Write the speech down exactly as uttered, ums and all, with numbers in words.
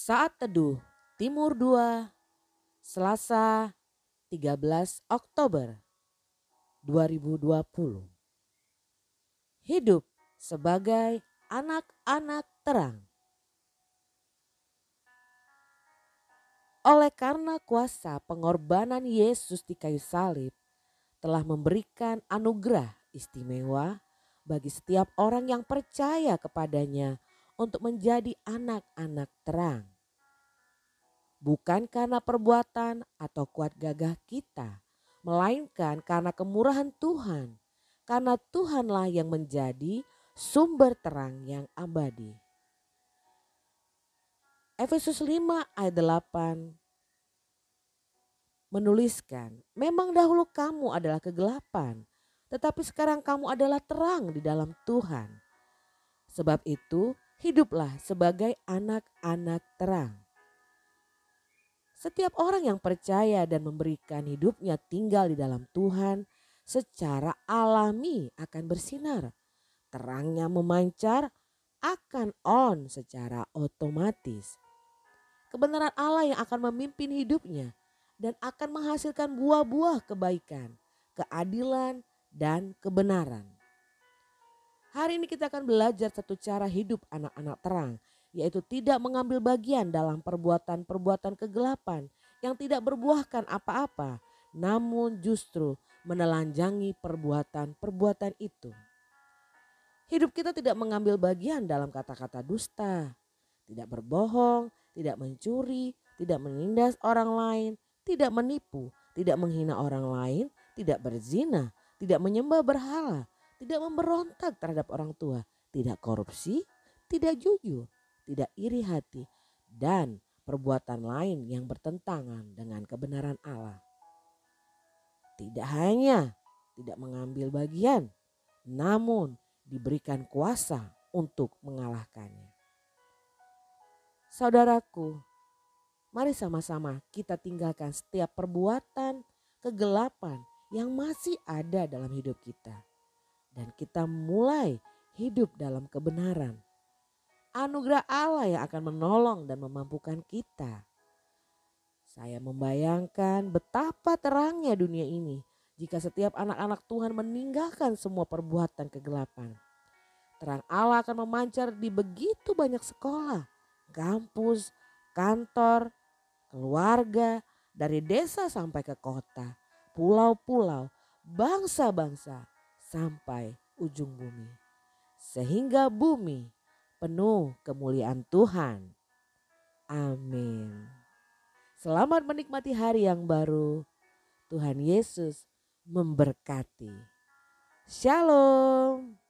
Saat Teduh Timur dua, Selasa tiga belas Oktober dua ribu dua puluh. Hidup sebagai anak-anak terang. Oleh karena kuasa pengorbanan Yesus di kayu salib telah memberikan anugerah istimewa bagi setiap orang yang percaya kepadanya untuk menjadi anak-anak terang. Bukan karena perbuatan atau kuat gagah kita, melainkan karena kemurahan Tuhan. Karena Tuhanlah yang menjadi sumber terang yang abadi. Efesus lima ayat delapan menuliskan, memang dahulu kamu adalah kegelapan, tetapi sekarang kamu adalah terang di dalam Tuhan. Sebab itu hiduplah sebagai anak-anak terang. Setiap orang yang percaya dan memberikan hidupnya tinggal di dalam Tuhan secara alami akan bersinar. Terangnya memancar akan on secara otomatis. Kebenaran Allah yang akan memimpin hidupnya dan akan menghasilkan buah-buah kebaikan, keadilan, dan kebenaran. Hari ini kita akan belajar satu cara hidup anak-anak terang, yaitu tidak mengambil bagian dalam perbuatan-perbuatan kegelapan yang tidak berbuahkan apa-apa, namun justru menelanjangi perbuatan-perbuatan itu. Hidup kita tidak mengambil bagian dalam kata-kata dusta, tidak berbohong, tidak mencuri, tidak menindas orang lain, tidak menipu, tidak menghina orang lain, tidak berzina, tidak menyembah berhala, tidak memberontak terhadap orang tua, tidak korupsi, tidak jujur, tidak iri hati, dan perbuatan lain yang bertentangan dengan kebenaran Allah. Tidak hanya tidak mengambil bagian, namun diberikan kuasa untuk mengalahkannya. Saudaraku, mari sama-sama kita tinggalkan setiap perbuatan kegelapan yang masih ada dalam hidup kita. Dan kita mulai hidup dalam kebenaran. Anugerah Allah yang akan menolong dan memampukan kita. Saya membayangkan betapa terangnya dunia ini jika setiap anak-anak Tuhan meninggalkan semua perbuatan kegelapan. Terang Allah akan memancar di begitu banyak sekolah, kampus, kantor, keluarga, dari desa sampai ke kota, pulau-pulau, bangsa-bangsa, sampai ujung bumi. Sehingga bumi penuh kemuliaan Tuhan. Amin. Selamat menikmati hari yang baru. Tuhan Yesus memberkati. Shalom.